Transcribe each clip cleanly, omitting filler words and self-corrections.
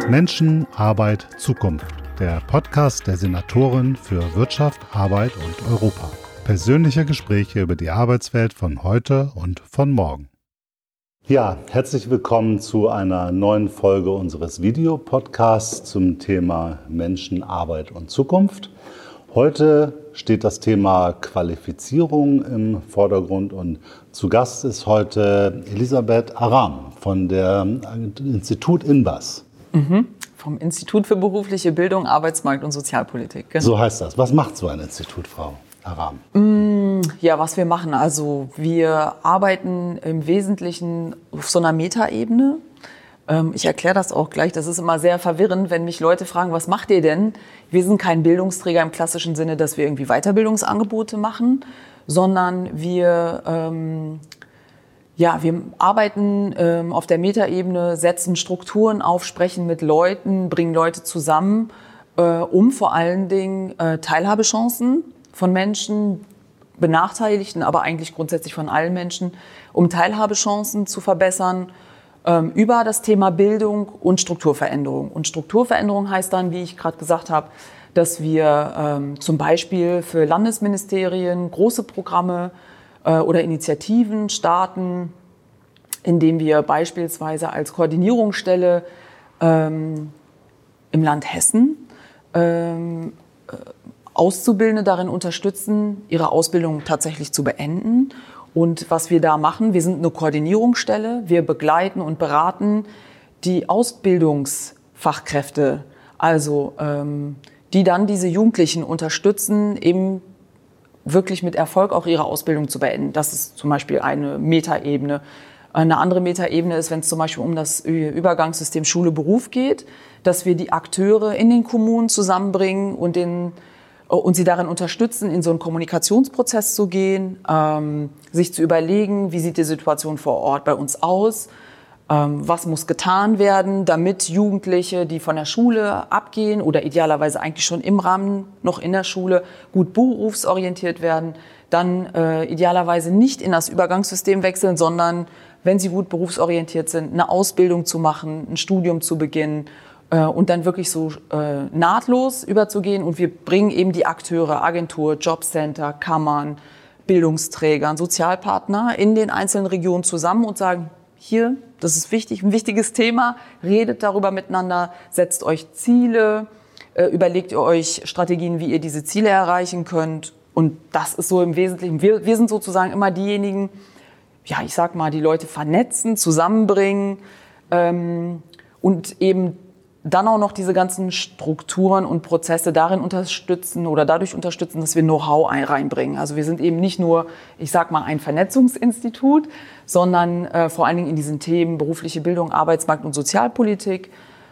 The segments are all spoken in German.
Menschen, Arbeit, Zukunft. Der Podcast der Senatorin für Wirtschaft, Arbeit und Europa. Persönliche Gespräche über die Arbeitswelt von heute und von morgen. Ja, herzlich willkommen zu einer neuen Folge unseres Videopodcasts zum Thema Menschen, Arbeit und Zukunft. Heute steht das Thema Qualifizierung im Vordergrund und zu Gast ist heute Elisabeth Aram von dem Institut INBAS. Vom Institut für berufliche Bildung, Arbeitsmarkt und Sozialpolitik. Genau. So heißt das. Was macht so ein Institut, Frau Aram? Ja, was wir machen, also wir arbeiten im Wesentlichen auf so einer Metaebene. Ich erkläre das auch gleich, das ist immer sehr verwirrend, wenn mich Leute fragen, was macht ihr denn? Wir sind kein Bildungsträger im klassischen Sinne, dass wir irgendwie Weiterbildungsangebote machen, sondern wir arbeiten auf der Metaebene, setzen Strukturen auf, sprechen mit Leuten, bringen Leute zusammen, um vor allen Dingen Teilhabechancen von Menschen, Benachteiligten, aber eigentlich grundsätzlich von allen Menschen, um Teilhabechancen zu verbessern über das Thema Bildung und Strukturveränderung. Und Strukturveränderung heißt dann, wie ich gerade gesagt habe, dass wir zum Beispiel für Landesministerien große Programme oder Initiativen starten, indem wir beispielsweise als Koordinierungsstelle im Land Hessen Auszubildende darin unterstützen, ihre Ausbildung tatsächlich zu beenden. Und was wir da machen, wir sind eine Koordinierungsstelle, wir begleiten und beraten die Ausbildungsfachkräfte, also die dann diese Jugendlichen unterstützen, eben wirklich mit Erfolg auch ihre Ausbildung zu beenden. Das ist zum Beispiel eine Metaebene. Eine andere Metaebene ist, wenn es zum Beispiel um das Übergangssystem Schule-Beruf geht, dass wir die Akteure in den Kommunen zusammenbringen und sie darin unterstützen, in so einen Kommunikationsprozess zu gehen, sich zu überlegen, wie sieht die Situation vor Ort bei uns aus, was muss getan werden, damit Jugendliche, die von der Schule abgehen oder idealerweise eigentlich schon im Rahmen noch in der Schule gut berufsorientiert werden, dann idealerweise nicht in das Übergangssystem wechseln, sondern, wenn sie gut berufsorientiert sind, eine Ausbildung zu machen, ein Studium zu beginnen und dann wirklich so nahtlos überzugehen. Und wir bringen eben die Akteure, Agentur, Jobcenter, Kammern, Bildungsträger, Sozialpartner in den einzelnen Regionen zusammen und sagen, hier, das ist wichtig, ein wichtiges Thema, redet darüber miteinander, setzt euch Ziele, überlegt ihr euch Strategien, wie ihr diese Ziele erreichen könnt. Und das ist so im Wesentlichen, wir sind sozusagen immer diejenigen, ja, ich sag mal, die Leute vernetzen, zusammenbringen und eben dann auch noch diese ganzen Strukturen und Prozesse darin unterstützen oder dadurch unterstützen, dass wir Know-how reinbringen. Also wir sind eben nicht nur, ich sag mal, ein Vernetzungsinstitut, sondern vor allen Dingen in diesen Themen berufliche Bildung, Arbeitsmarkt und Sozialpolitik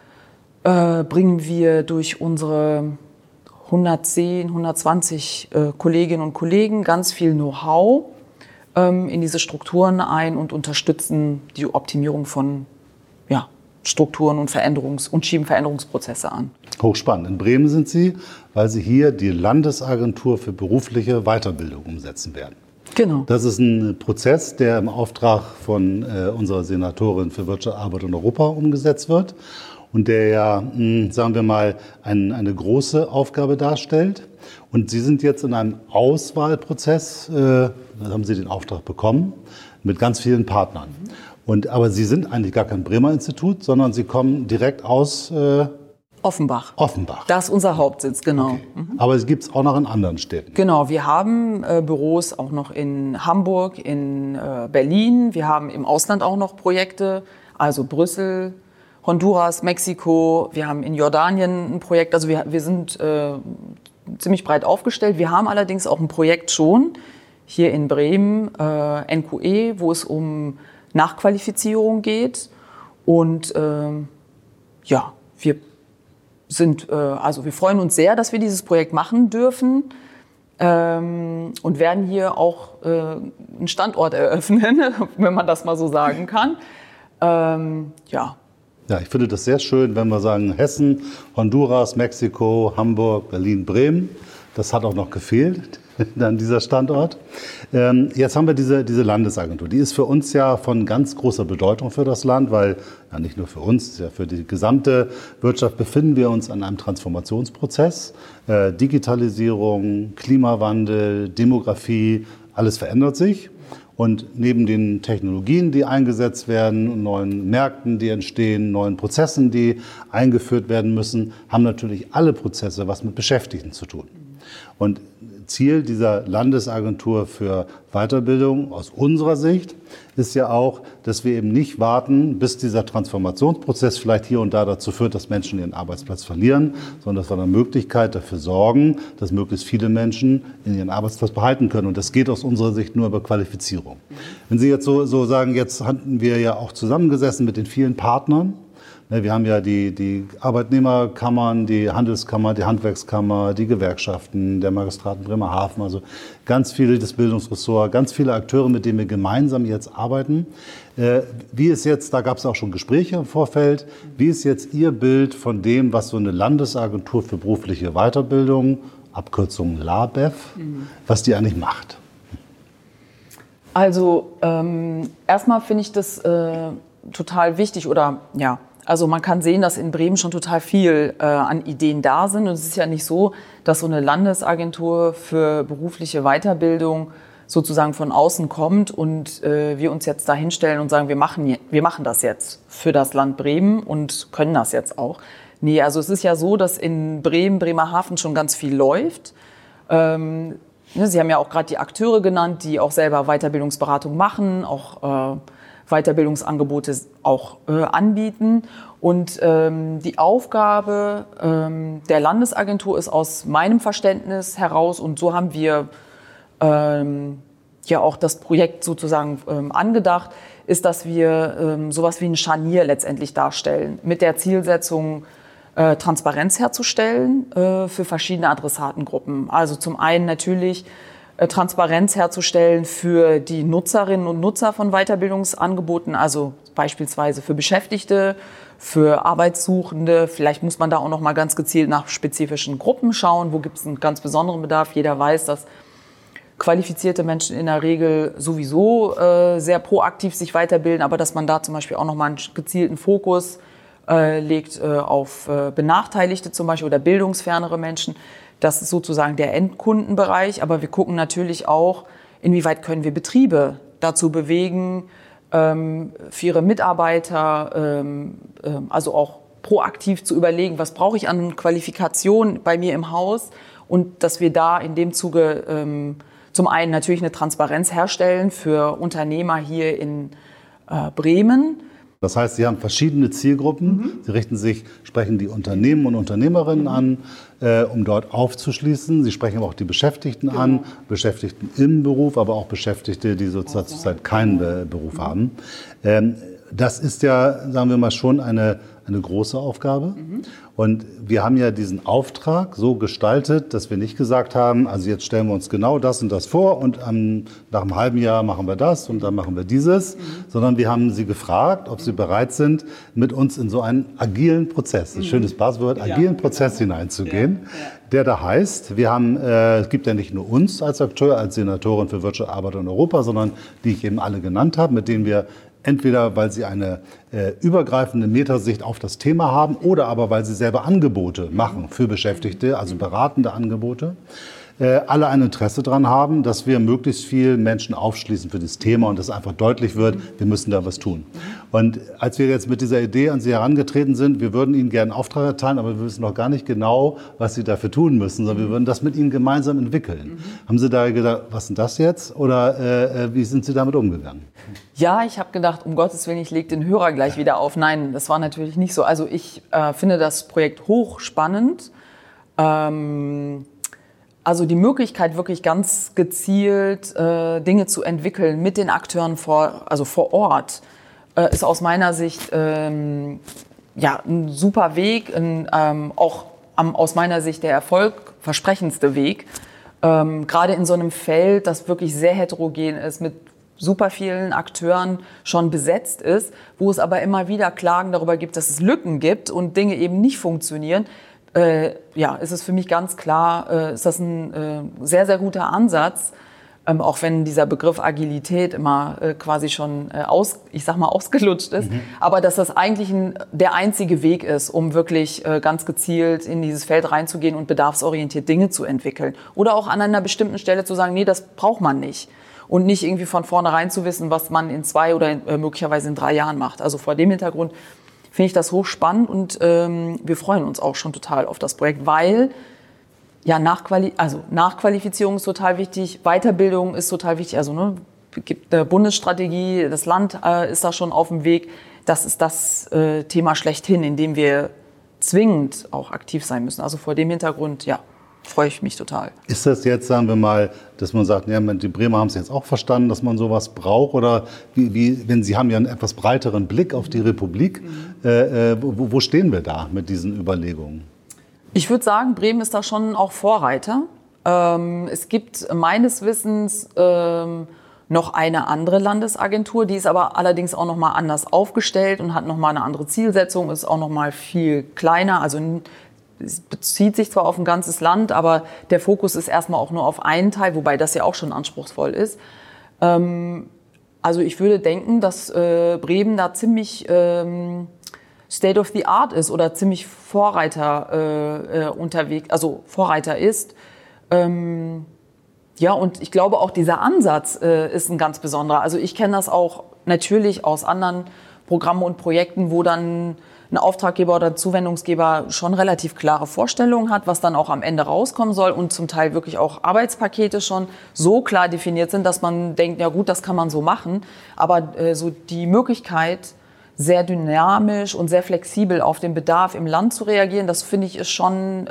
bringen wir durch unsere 110, 120 Kolleginnen und Kollegen ganz viel Know-how in diese Strukturen ein und unterstützen die Optimierung von Strukturen und schieben Veränderungsprozesse an. Hochspannend. In Bremen sind Sie, weil Sie hier die Landesagentur für berufliche Weiterbildung umsetzen werden. Genau. Das ist ein Prozess, der im Auftrag von unserer Senatorin für Wirtschaft, Arbeit und Europa umgesetzt wird und der ja, sagen wir mal, eine große Aufgabe darstellt. Und Sie sind jetzt in einem Auswahlprozess, da haben Sie den Auftrag bekommen, mit ganz vielen Partnern. Aber Sie sind eigentlich gar kein Bremer Institut, sondern Sie kommen direkt aus Offenbach. Offenbach. Das ist unser Hauptsitz, genau. Okay. Aber es gibt es auch noch in anderen Städten. Genau, wir haben Büros auch noch in Hamburg, in Berlin. Wir haben im Ausland auch noch Projekte, also Brüssel, Honduras, Mexiko. Wir haben in Jordanien ein Projekt. Also wir sind ziemlich breit aufgestellt. Wir haben allerdings auch ein Projekt schon hier in Bremen, NQE, wo es um Nachqualifizierung geht. Und wir freuen uns sehr, dass wir dieses Projekt machen dürfen und werden hier auch einen Standort eröffnen, wenn man das mal so sagen kann. Ja, ich finde das sehr schön, wenn wir sagen Hessen, Honduras, Mexiko, Hamburg, Berlin, Bremen. Das hat auch noch gefehlt. an dieser Standort. Jetzt haben wir diese Landesagentur. Die ist für uns ja von ganz großer Bedeutung für das Land, weil ja nicht nur für uns, ja für die gesamte Wirtschaft befinden wir uns an einem Transformationsprozess. Digitalisierung, Klimawandel, Demografie, alles verändert sich. Und neben den Technologien, die eingesetzt werden, neuen Märkten, die entstehen, neuen Prozessen, die eingeführt werden müssen, haben natürlich alle Prozesse was mit Beschäftigten zu tun. Und Ziel dieser Landesagentur für Weiterbildung aus unserer Sicht ist ja auch, dass wir eben nicht warten, bis dieser Transformationsprozess vielleicht hier und da dazu führt, dass Menschen ihren Arbeitsplatz verlieren, sondern dass wir eine Möglichkeit dafür sorgen, dass möglichst viele Menschen in ihren Arbeitsplatz behalten können. Und das geht aus unserer Sicht nur über Qualifizierung. Wenn Sie jetzt so sagen, jetzt hatten wir ja auch zusammengesessen mit den vielen Partnern. Wir haben ja die Arbeitnehmerkammern, die Handelskammer, die Handwerkskammer, die Gewerkschaften, der Magistrat in Bremerhaven, also ganz viele, das Bildungsressort, ganz viele Akteure, mit denen wir gemeinsam jetzt arbeiten. Wie ist jetzt, da gab es auch schon Gespräche im Vorfeld, wie ist jetzt Ihr Bild von dem, was so eine Landesagentur für berufliche Weiterbildung, Abkürzung LABEV, was die eigentlich macht? Also erstmal finde ich das total wichtig oder ja. Also man kann sehen, dass in Bremen schon total viel an Ideen da sind. Und es ist ja nicht so, dass so eine Landesagentur für berufliche Weiterbildung sozusagen von außen kommt und wir uns jetzt da hinstellen und sagen, wir machen das jetzt für das Land Bremen und können das jetzt auch. Nee, also es ist ja so, dass in Bremerhaven schon ganz viel läuft. Sie haben ja auch gerade die Akteure genannt, die auch selber Weiterbildungsberatung machen, auch Weiterbildungsangebote auch anbieten. Und die Aufgabe der Landesagentur ist aus meinem Verständnis heraus, und so haben wir ja auch das Projekt sozusagen angedacht, ist, dass wir sowas wie ein Scharnier letztendlich darstellen, mit der Zielsetzung, Transparenz herzustellen für verschiedene Adressatengruppen. Also zum einen natürlich Transparenz herzustellen für die Nutzerinnen und Nutzer von Weiterbildungsangeboten, also beispielsweise für Beschäftigte, für Arbeitssuchende. Vielleicht muss man da auch noch mal ganz gezielt nach spezifischen Gruppen schauen, wo gibt es einen ganz besonderen Bedarf. Jeder weiß, dass qualifizierte Menschen in der Regel sowieso sehr proaktiv sich weiterbilden, aber dass man da zum Beispiel auch noch mal einen gezielten Fokus legt auf Benachteiligte zum Beispiel oder bildungsfernere Menschen. Das ist sozusagen der Endkundenbereich, aber wir gucken natürlich auch, inwieweit können wir Betriebe dazu bewegen, für ihre Mitarbeiter, also auch proaktiv zu überlegen, was brauche ich an Qualifikation bei mir im Haus, und dass wir da in dem Zuge zum einen natürlich eine Transparenz herstellen für Unternehmer hier in Bremen. Das heißt, Sie haben verschiedene Zielgruppen. Sie sprechen die Unternehmen und Unternehmerinnen an, um dort aufzuschließen. Sie sprechen aber auch die Beschäftigten an, Beschäftigten im Beruf, aber auch Beschäftigte, die sozusagen zurzeit keinen Beruf haben. Das ist ja, sagen wir mal, schon eine große Aufgabe. Und wir haben ja diesen Auftrag so gestaltet, dass wir nicht gesagt haben, also jetzt stellen wir uns genau das und das vor und nach einem halben Jahr machen wir das und dann machen wir dieses, sondern wir haben sie gefragt, ob sie bereit sind, mit uns in so einen agilen Prozess, ein schönes Buzzword, agilen Prozess hineinzugehen, der da heißt, es gibt ja nicht nur uns als Akteur, als Senatorin für Wirtschaft, Arbeit und Europa, sondern die ich eben alle genannt habe, mit denen wir entweder, weil sie eine übergreifende Metasicht auf das Thema haben oder aber, weil sie selber Angebote machen für Beschäftigte, also beratende Angebote, alle ein Interesse daran haben, dass wir möglichst viel Menschen aufschließen für das Thema und dass einfach deutlich wird, wir müssen da was tun. Und als wir jetzt mit dieser Idee an Sie herangetreten sind, wir würden Ihnen gerne einen Auftrag erteilen, aber wir wissen noch gar nicht genau, was Sie dafür tun müssen, sondern wir würden das mit Ihnen gemeinsam entwickeln. Haben Sie da gedacht, was ist denn das jetzt? Oder wie sind Sie damit umgegangen? Ja, ich habe gedacht, um Gottes Willen, ich lege den Hörer gleich wieder auf. Nein, das war natürlich nicht so. Also ich finde das Projekt hochspannend. Also die Möglichkeit, wirklich ganz gezielt Dinge zu entwickeln mit den Akteuren vor Ort, ist aus meiner Sicht ein super Weg, auch aus meiner Sicht der erfolgversprechendste Weg. Gerade in so einem Feld, das wirklich sehr heterogen ist, mit super vielen Akteuren schon besetzt ist, wo es aber immer wieder Klagen darüber gibt, dass es Lücken gibt und Dinge eben nicht funktionieren. ist es für mich ganz klar, ist das ein sehr, sehr guter Ansatz, auch wenn dieser Begriff Agilität immer quasi schon ausgelutscht ist, aber dass das eigentlich der einzige Weg ist, um wirklich ganz gezielt in dieses Feld reinzugehen und bedarfsorientiert Dinge zu entwickeln. Oder auch an einer bestimmten Stelle zu sagen, nee, das braucht man nicht. Und nicht irgendwie von vornherein zu wissen, was man in 2 oder möglicherweise in 3 Jahren macht. Also vor dem Hintergrund finde ich das hochspannend und wir freuen uns auch schon total auf das Projekt, weil ja, Nachqualifizierung ist total wichtig, Weiterbildung ist total wichtig. Also gibt eine Bundesstrategie, das Land ist da schon auf dem Weg. Das ist das Thema schlechthin, in dem wir zwingend auch aktiv sein müssen. Also vor dem Hintergrund, ja, freue ich mich total. Ist das jetzt, sagen wir mal, dass man sagt, ja, die Bremer haben es jetzt auch verstanden, dass man sowas braucht? Oder wenn Sie haben ja einen etwas breiteren Blick auf die Republik, wo stehen wir da mit diesen Überlegungen? Ich würde sagen, Bremen ist da schon auch Vorreiter. Es gibt meines Wissens noch eine andere Landesagentur, die ist aber allerdings auch noch mal anders aufgestellt und hat noch mal eine andere Zielsetzung, ist auch noch mal viel kleiner. Also es bezieht sich zwar auf ein ganzes Land, aber der Fokus ist erstmal auch nur auf einen Teil, wobei das ja auch schon anspruchsvoll ist. Also ich würde denken, dass Bremen da ziemlich State of the Art ist oder ziemlich Vorreiter unterwegs, also Vorreiter ist. Ja, und ich glaube auch dieser Ansatz ist ein ganz besonderer. Also ich kenne das auch natürlich aus anderen Programmen und Projekten, wo dann ein Auftraggeber oder Zuwendungsgeber schon relativ klare Vorstellungen hat, was dann auch am Ende rauskommen soll und zum Teil wirklich auch Arbeitspakete schon so klar definiert sind, dass man denkt, ja gut, das kann man so machen. Aber so die Möglichkeit, sehr dynamisch und sehr flexibel auf den Bedarf im Land zu reagieren, das finde ich ist schon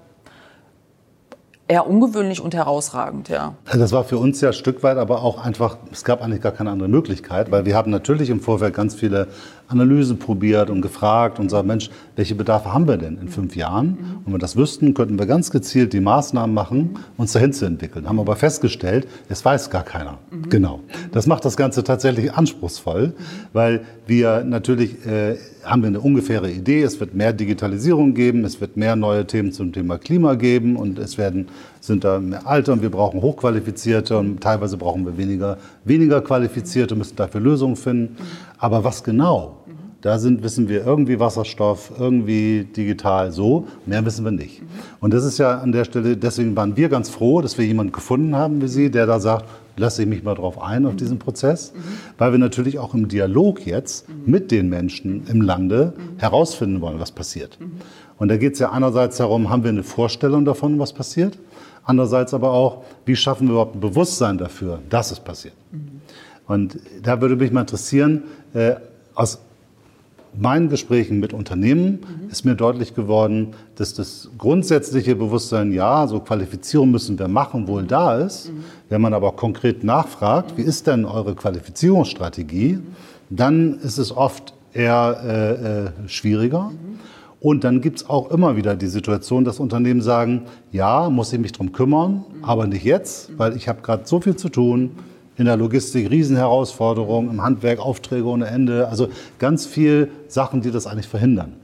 eher ungewöhnlich und herausragend, ja. Das war für uns ja ein Stück weit aber auch einfach, es gab eigentlich gar keine andere Möglichkeit, weil wir haben natürlich im Vorfeld ganz viele Analysen probiert und gefragt und gesagt, Mensch, welche Bedarfe haben wir denn in 5 Jahren? Und wenn wir das wüssten, könnten wir ganz gezielt die Maßnahmen machen, uns dahin zu entwickeln. Haben aber festgestellt, es weiß gar keiner. Genau. Das macht das Ganze tatsächlich anspruchsvoll, weil wir natürlich haben wir eine ungefähre Idee, es wird mehr Digitalisierung geben, es wird mehr neue Themen zum Thema Klima geben und sind da mehr Alter und wir brauchen Hochqualifizierte und teilweise brauchen wir weniger Qualifizierte, müssen dafür Lösungen finden. Aber was genau? Da wissen wir irgendwie Wasserstoff, irgendwie digital, so. Mehr wissen wir nicht. Und das ist ja an der Stelle, deswegen waren wir ganz froh, dass wir jemanden gefunden haben wie Sie, der da sagt, lasse ich mich mal drauf ein, auf diesen Prozess. Weil wir natürlich auch im Dialog jetzt mit den Menschen im Lande herausfinden wollen, was passiert. Und da geht es ja einerseits darum, haben wir eine Vorstellung davon, was passiert? Andererseits aber auch, wie schaffen wir überhaupt ein Bewusstsein dafür, dass es passiert? Und da würde mich mal interessieren, aus meinen Gesprächen mit Unternehmen ist mir deutlich geworden, dass das grundsätzliche Bewusstsein, ja, so Qualifizierung müssen wir machen, wohl da ist. Wenn man aber konkret nachfragt, wie ist denn eure Qualifizierungsstrategie, dann ist es oft eher schwieriger. Und dann gibt es auch immer wieder die Situation, dass Unternehmen sagen, ja, muss ich mich drum kümmern, aber nicht jetzt, weil ich habe gerade so viel zu tun. In der Logistik Riesenherausforderungen, im Handwerk Aufträge ohne Ende. Also ganz viel Sachen, die das eigentlich verhindern.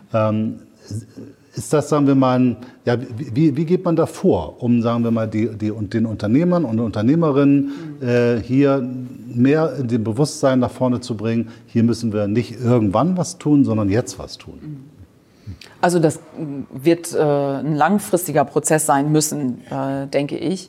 Ist das, sagen wir mal, wie geht man da vor, um, sagen wir mal, den Unternehmern und Unternehmerinnen hier mehr in dem Bewusstsein nach vorne zu bringen, hier müssen wir nicht irgendwann was tun, sondern jetzt was tun? Also das wird ein langfristiger Prozess sein müssen, denke ich.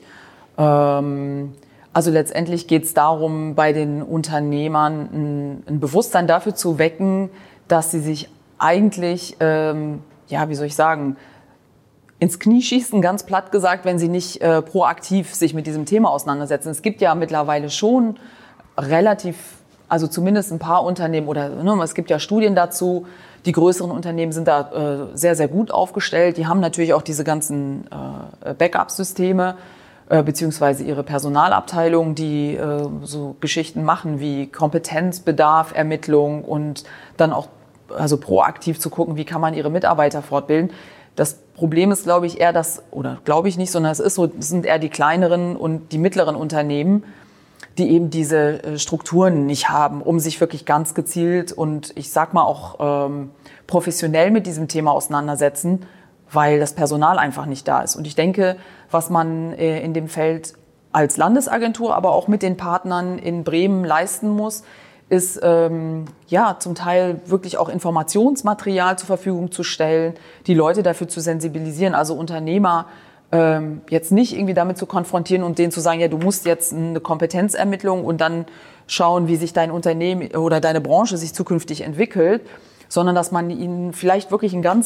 Also letztendlich geht es darum, bei den Unternehmern ein Bewusstsein dafür zu wecken, dass sie sich eigentlich, wie soll ich sagen, ins Knie schießen, ganz platt gesagt, wenn sie nicht proaktiv sich mit diesem Thema auseinandersetzen. Es gibt ja mittlerweile schon also zumindest ein paar Unternehmen es gibt ja Studien dazu. Die größeren Unternehmen sind da sehr, sehr gut aufgestellt. Die haben natürlich auch diese ganzen Backup-Systeme, beziehungsweise ihre Personalabteilung, die so Geschichten machen wie Kompetenzbedarf, Ermittlung und dann auch also proaktiv zu gucken, wie kann man ihre Mitarbeiter fortbilden. Das Problem ist, glaube ich, eher sondern es sind eher die kleineren und die mittleren Unternehmen, die eben diese Strukturen nicht haben, um sich wirklich ganz gezielt und ich sag mal auch professionell mit diesem Thema auseinandersetzen, weil das Personal einfach nicht da ist. Und ich denke, was man in dem Feld als Landesagentur, aber auch mit den Partnern in Bremen leisten muss, ist zum Teil wirklich auch Informationsmaterial zur Verfügung zu stellen, die Leute dafür zu sensibilisieren, also Unternehmer jetzt nicht irgendwie damit zu konfrontieren und denen zu sagen, ja, du musst jetzt eine Kompetenzermittlung und dann schauen, wie sich dein Unternehmen oder deine Branche sich zukünftig entwickelt, sondern dass man ihnen vielleicht wirklich ganz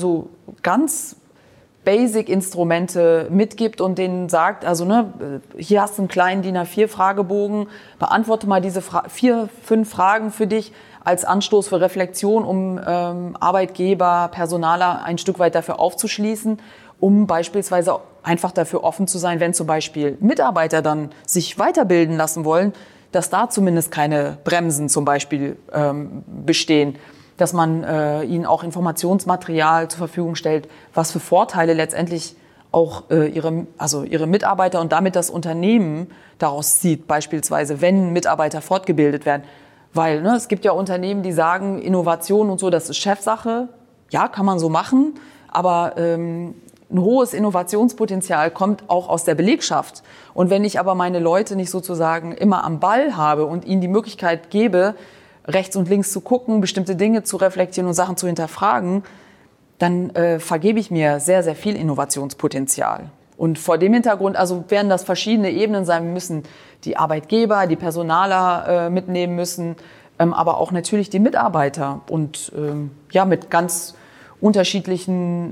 Basic-Instrumente mitgibt und denen sagt, also hier hast du einen kleinen DIN A4-Fragebogen, beantworte mal diese 4, 5 Fragen für dich als Anstoß für Reflexion, um Arbeitgeber, Personaler ein Stück weit dafür aufzuschließen, um beispielsweise einfach dafür offen zu sein, wenn zum Beispiel Mitarbeiter dann sich weiterbilden lassen wollen, dass da zumindest keine Bremsen zum Beispiel bestehen, dass man ihnen auch Informationsmaterial zur Verfügung stellt, was für Vorteile letztendlich auch ihre Mitarbeiter und damit das Unternehmen daraus zieht, beispielsweise wenn Mitarbeiter fortgebildet werden. Weil es gibt ja Unternehmen, die sagen, Innovation und so, das ist Chefsache. Ja, kann man so machen, aber ein hohes Innovationspotenzial kommt auch aus der Belegschaft. Und wenn ich aber meine Leute nicht sozusagen immer am Ball habe und ihnen die Möglichkeit gebe, rechts und links zu gucken, bestimmte Dinge zu reflektieren und Sachen zu hinterfragen, dann vergebe ich mir sehr, sehr viel Innovationspotenzial. Und vor dem Hintergrund, also werden das verschiedene Ebenen sein, wir müssen die Arbeitgeber, die Personaler mitnehmen müssen, aber auch natürlich die Mitarbeiter und mit ganz unterschiedlichen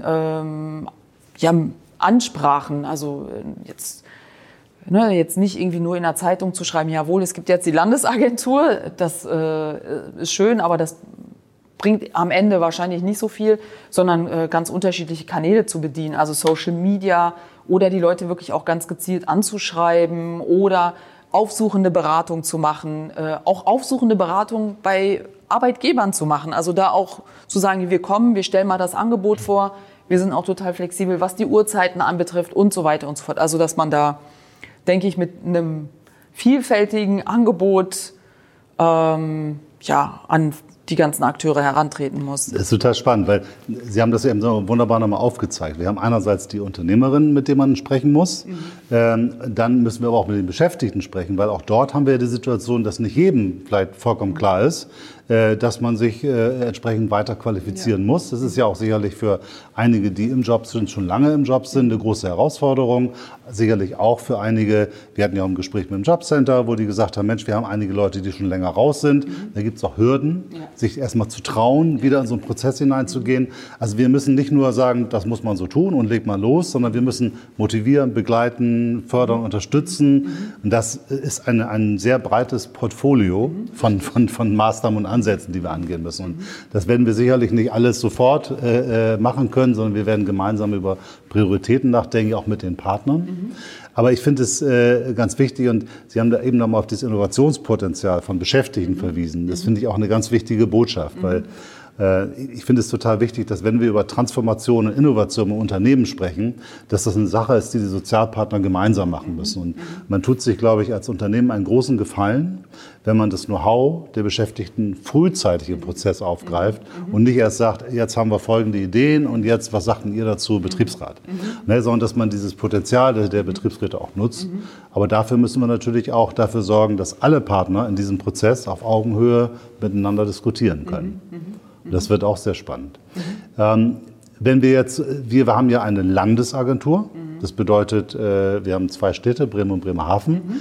Ansprachen, also jetzt nicht irgendwie nur in der Zeitung zu schreiben, jawohl, es gibt jetzt die Landesagentur, das ist schön, aber das bringt am Ende wahrscheinlich nicht so viel, sondern ganz unterschiedliche Kanäle zu bedienen, also Social Media oder die Leute wirklich auch ganz gezielt anzuschreiben oder aufsuchende Beratung zu machen, auch aufsuchende Beratung bei Arbeitgebern zu machen, also da auch zu sagen, wir stellen mal das Angebot vor, wir sind auch total flexibel, was die Uhrzeiten anbetrifft und so weiter und so fort. Also dass man da, denke ich, mit einem vielfältigen Angebot an die ganzen Akteure herantreten muss. Das ist total spannend, weil Sie haben das eben so wunderbar nochmal aufgezeigt. Wir haben einerseits die Unternehmerinnen, mit denen man sprechen muss. Dann müssen wir aber auch mit den Beschäftigten sprechen, weil auch dort haben wir die Situation, dass nicht jedem vielleicht vollkommen klar ist, dass man sich entsprechend weiter qualifizieren muss. Das ist ja auch sicherlich für einige, die im Job sind, schon lange im Job sind, eine große Herausforderung. Sicherlich auch für einige, wir hatten ja auch ein Gespräch mit dem Jobcenter, wo die gesagt haben, Mensch, wir haben einige Leute, die schon länger raus sind. Da gibt es auch Hürden, sich erstmal zu trauen, wieder in so einen Prozess hineinzugehen. Also wir müssen nicht nur sagen, das muss man so tun und legt mal los, sondern wir müssen motivieren, begleiten, fördern, unterstützen. Und das ist ein sehr breites Portfolio von Maßnahmen und Ansätzen, die wir angehen müssen. Und das werden wir sicherlich nicht alles sofort machen können, sondern wir werden gemeinsam über Prioritäten nachdenken, auch mit den Partnern. Aber ich finde es ganz wichtig, und Sie haben da eben nochmal auf das Innovationspotenzial von Beschäftigten verwiesen. Das finde ich auch eine ganz wichtige Botschaft, weil ich finde es total wichtig, dass wenn wir über Transformation und Innovation im Unternehmen sprechen, dass das eine Sache ist, die die Sozialpartner gemeinsam machen müssen. Und man tut sich, glaube ich, als Unternehmen einen großen Gefallen, wenn man das Know-how der Beschäftigten frühzeitig im Prozess aufgreift und nicht erst sagt, jetzt haben wir folgende Ideen und jetzt, was sagt denn ihr dazu, Betriebsrat? Sondern dass man dieses Potenzial der Betriebsräte auch nutzt. Aber dafür müssen wir natürlich auch dafür sorgen, dass alle Partner in diesem Prozess auf Augenhöhe miteinander diskutieren können. Das wird auch sehr spannend. Wenn wir haben ja eine Landesagentur. Das bedeutet, wir haben 2 Städte, Bremen und Bremerhaven.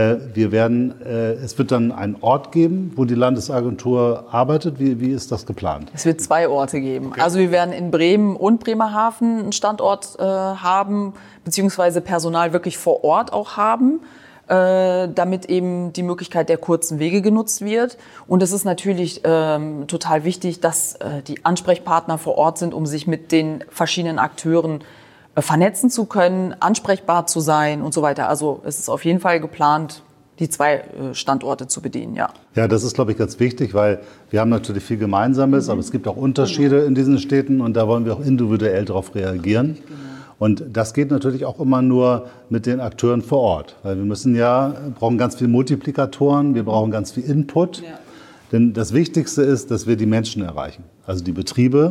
Es wird dann einen Ort geben, wo die Landesagentur arbeitet. Wie ist das geplant? Es wird 2 Orte geben. Okay. Also wir werden in Bremen und Bremerhaven einen Standort haben, beziehungsweise Personal wirklich vor Ort auch haben, damit eben die Möglichkeit der kurzen Wege genutzt wird. Und es ist natürlich total wichtig, dass die Ansprechpartner vor Ort sind, um sich mit den verschiedenen Akteuren vernetzen zu können, ansprechbar zu sein und so weiter. Also es ist auf jeden Fall geplant, die 2 Standorte zu bedienen, ja. Ja, das ist, glaube ich, ganz wichtig, weil wir haben natürlich viel Gemeinsames, aber es gibt auch Unterschiede in diesen Städten und da wollen wir auch individuell darauf reagieren. Genau. Und das geht natürlich auch immer nur mit den Akteuren vor Ort, weil wir brauchen ganz viele Multiplikatoren, wir brauchen ganz viel Input. Ja. Denn das Wichtigste ist, dass wir die Menschen erreichen, also die Betriebe,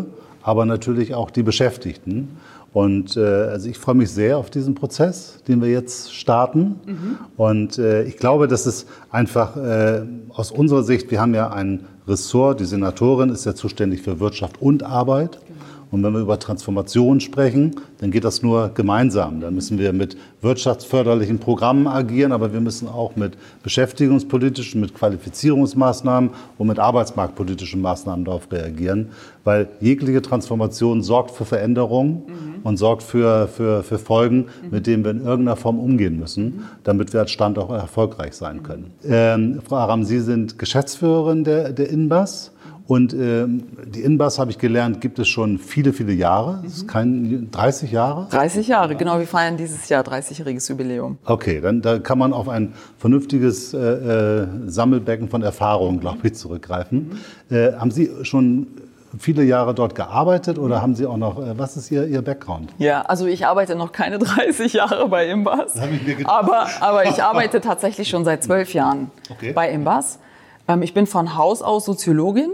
aber natürlich auch die Beschäftigten. Und also ich freue mich sehr auf diesen Prozess, den wir jetzt starten. Und ich glaube, dass es einfach aus unserer Sicht, wir haben ja ein Ressort, die Senatorin ist ja zuständig für Wirtschaft und Arbeit. Und wenn wir über Transformation sprechen, dann geht das nur gemeinsam. Dann müssen wir mit wirtschaftsförderlichen Programmen agieren, aber wir müssen auch mit beschäftigungspolitischen, mit Qualifizierungsmaßnahmen und mit arbeitsmarktpolitischen Maßnahmen darauf reagieren. Weil jegliche Transformation sorgt für Veränderungen und sorgt für Folgen, mit denen wir in irgendeiner Form umgehen müssen, damit wir als Standort auch erfolgreich sein können. Frau Aram, Sie sind Geschäftsführerin der INBAS. Und die INBAS, habe ich gelernt, gibt es schon viele, viele Jahre. Das ist 30 Jahre? 30 Jahre, genau. Wir feiern dieses Jahr 30-jähriges Jubiläum. Okay, dann da kann man auf ein vernünftiges Sammelbecken von Erfahrungen, glaube ich, zurückgreifen. Haben Sie schon viele Jahre dort gearbeitet oder haben Sie auch noch, was ist Ihr Background? Ja, also ich arbeite noch keine 30 Jahre bei INBAS, aber ich arbeite tatsächlich schon seit 12 Jahren bei INBAS. Ich bin von Haus aus Soziologin.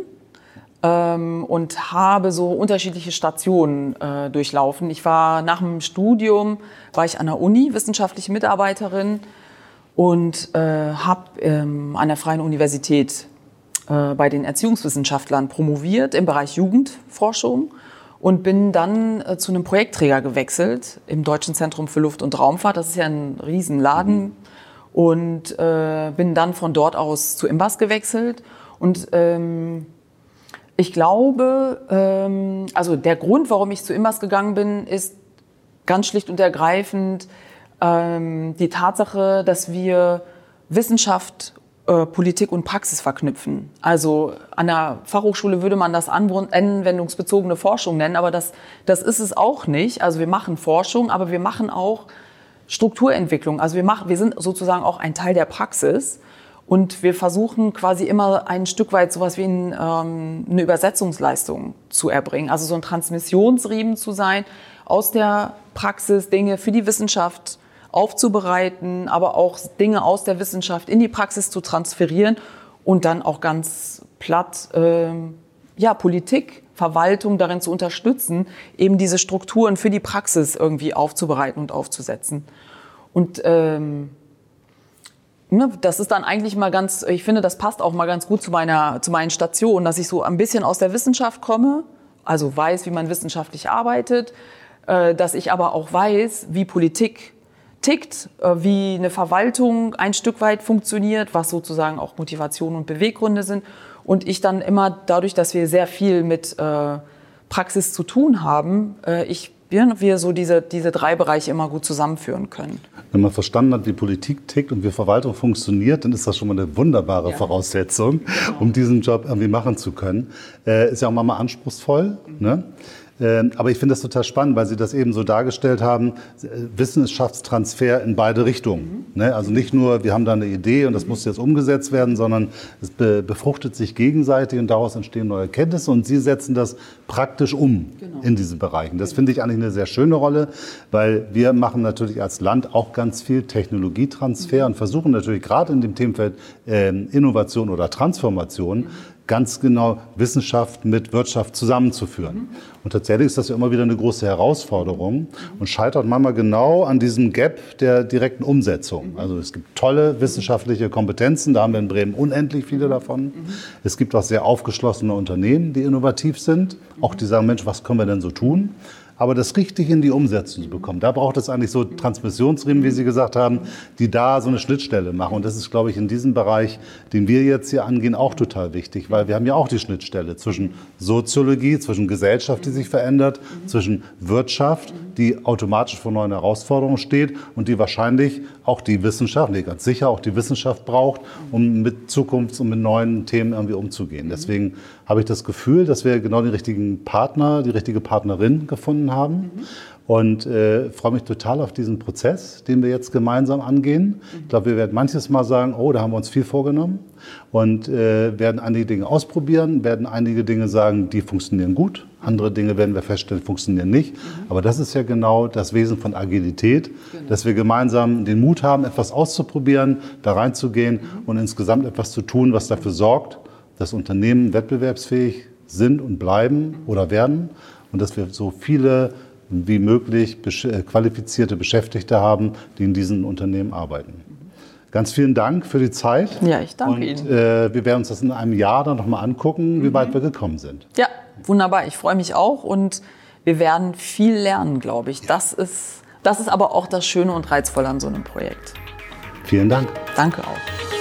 Und habe so unterschiedliche Stationen durchlaufen. Ich war nach dem Studium, war ich an der Uni, wissenschaftliche Mitarbeiterin und habe an der Freien Universität bei den Erziehungswissenschaftlern promoviert im Bereich Jugendforschung und bin dann zu einem Projektträger gewechselt im Deutschen Zentrum für Luft- und Raumfahrt. Das ist ja ein Riesenladen und bin dann von dort aus zu INBAS gewechselt und ich glaube, also der Grund, warum ich zu INBAS gegangen bin, ist ganz schlicht und ergreifend die Tatsache, dass wir Wissenschaft, Politik und Praxis verknüpfen. Also an der Fachhochschule würde man das anwendungsbezogene Forschung nennen, aber das ist es auch nicht. Also wir machen Forschung, aber wir machen auch Strukturentwicklung. Also wir sind sozusagen auch ein Teil der Praxis. Und wir versuchen quasi immer ein Stück weit sowas wie eine Übersetzungsleistung zu erbringen. Also so ein Transmissionsriemen zu sein, aus der Praxis Dinge für die Wissenschaft aufzubereiten, aber auch Dinge aus der Wissenschaft in die Praxis zu transferieren und dann auch ganz platt Politik, Verwaltung darin zu unterstützen, eben diese Strukturen für die Praxis irgendwie aufzubereiten und aufzusetzen. Und das ist dann eigentlich mal ich finde, das passt auch mal ganz gut zu meinen Stationen, dass ich so ein bisschen aus der Wissenschaft komme, also weiß, wie man wissenschaftlich arbeitet, dass ich aber auch weiß, wie Politik tickt, wie eine Verwaltung ein Stück weit funktioniert, was sozusagen auch Motivation und Beweggründe sind. Und ich dann immer dadurch, dass wir sehr viel mit Praxis zu tun haben, wir so diese 3 Bereiche immer gut zusammenführen können. Wenn man verstanden hat, wie Politik tickt und wie Verwaltung funktioniert, dann ist das schon mal eine wunderbare Voraussetzung, um diesen Job irgendwie machen zu können. Ist ja auch manchmal anspruchsvoll, ne? Aber ich finde das total spannend, weil Sie das eben so dargestellt haben, Wissenschaftstransfer in beide Richtungen. Ne? Also nicht nur, wir haben da eine Idee und das muss jetzt umgesetzt werden, sondern es befruchtet sich gegenseitig und daraus entstehen neue Kenntnisse und Sie setzen das praktisch um in diesen Bereichen. Das finde ich eigentlich eine sehr schöne Rolle, weil wir machen natürlich als Land auch ganz viel Technologietransfer und versuchen natürlich gerade in dem Themenfeld Innovation oder Transformation ganz genau Wissenschaft mit Wirtschaft zusammenzuführen. Und tatsächlich ist das ja immer wieder eine große Herausforderung und scheitert manchmal genau an diesem Gap der direkten Umsetzung. Also es gibt tolle wissenschaftliche Kompetenzen, da haben wir in Bremen unendlich viele davon. Es gibt auch sehr aufgeschlossene Unternehmen, die innovativ sind, auch die sagen, Mensch, was können wir denn so tun? Aber das richtig in die Umsetzung zu bekommen, da braucht es eigentlich so Transmissionsriemen, wie Sie gesagt haben, die da so eine Schnittstelle machen. Und das ist, glaube ich, in diesem Bereich, den wir jetzt hier angehen, auch total wichtig, weil wir haben ja auch die Schnittstelle zwischen Soziologie, zwischen Gesellschaft, die sich verändert, zwischen Wirtschaft, die automatisch vor neuen Herausforderungen steht und die wahrscheinlich auch die Wissenschaft, ganz sicher auch die Wissenschaft braucht, um mit Zukunfts- und mit neuen Themen irgendwie umzugehen. Deswegen habe ich das Gefühl, dass wir genau den richtigen Partner, die richtige Partnerin gefunden haben. Und freue mich total auf diesen Prozess, den wir jetzt gemeinsam angehen. Ich glaube, wir werden manches Mal sagen, oh, da haben wir uns viel vorgenommen und werden einige Dinge ausprobieren, werden einige Dinge sagen, die funktionieren gut. Andere Dinge werden wir feststellen, funktionieren nicht. Aber das ist ja genau das Wesen von Agilität, dass wir gemeinsam den Mut haben, etwas auszuprobieren, da reinzugehen und insgesamt etwas zu tun, was dafür sorgt, dass Unternehmen wettbewerbsfähig sind und bleiben oder werden. und dass wir so viele wie möglich qualifizierte Beschäftigte haben, die in diesen Unternehmen arbeiten. Ganz vielen Dank für die Zeit. Ja, ich danke Ihnen. Wir werden uns das in einem Jahr dann nochmal angucken, wie weit wir gekommen sind. Ja, wunderbar. Ich freue mich auch und wir werden viel lernen, glaube ich. Das ist aber auch das Schöne und Reizvolle an so einem Projekt. Vielen Dank. Danke auch.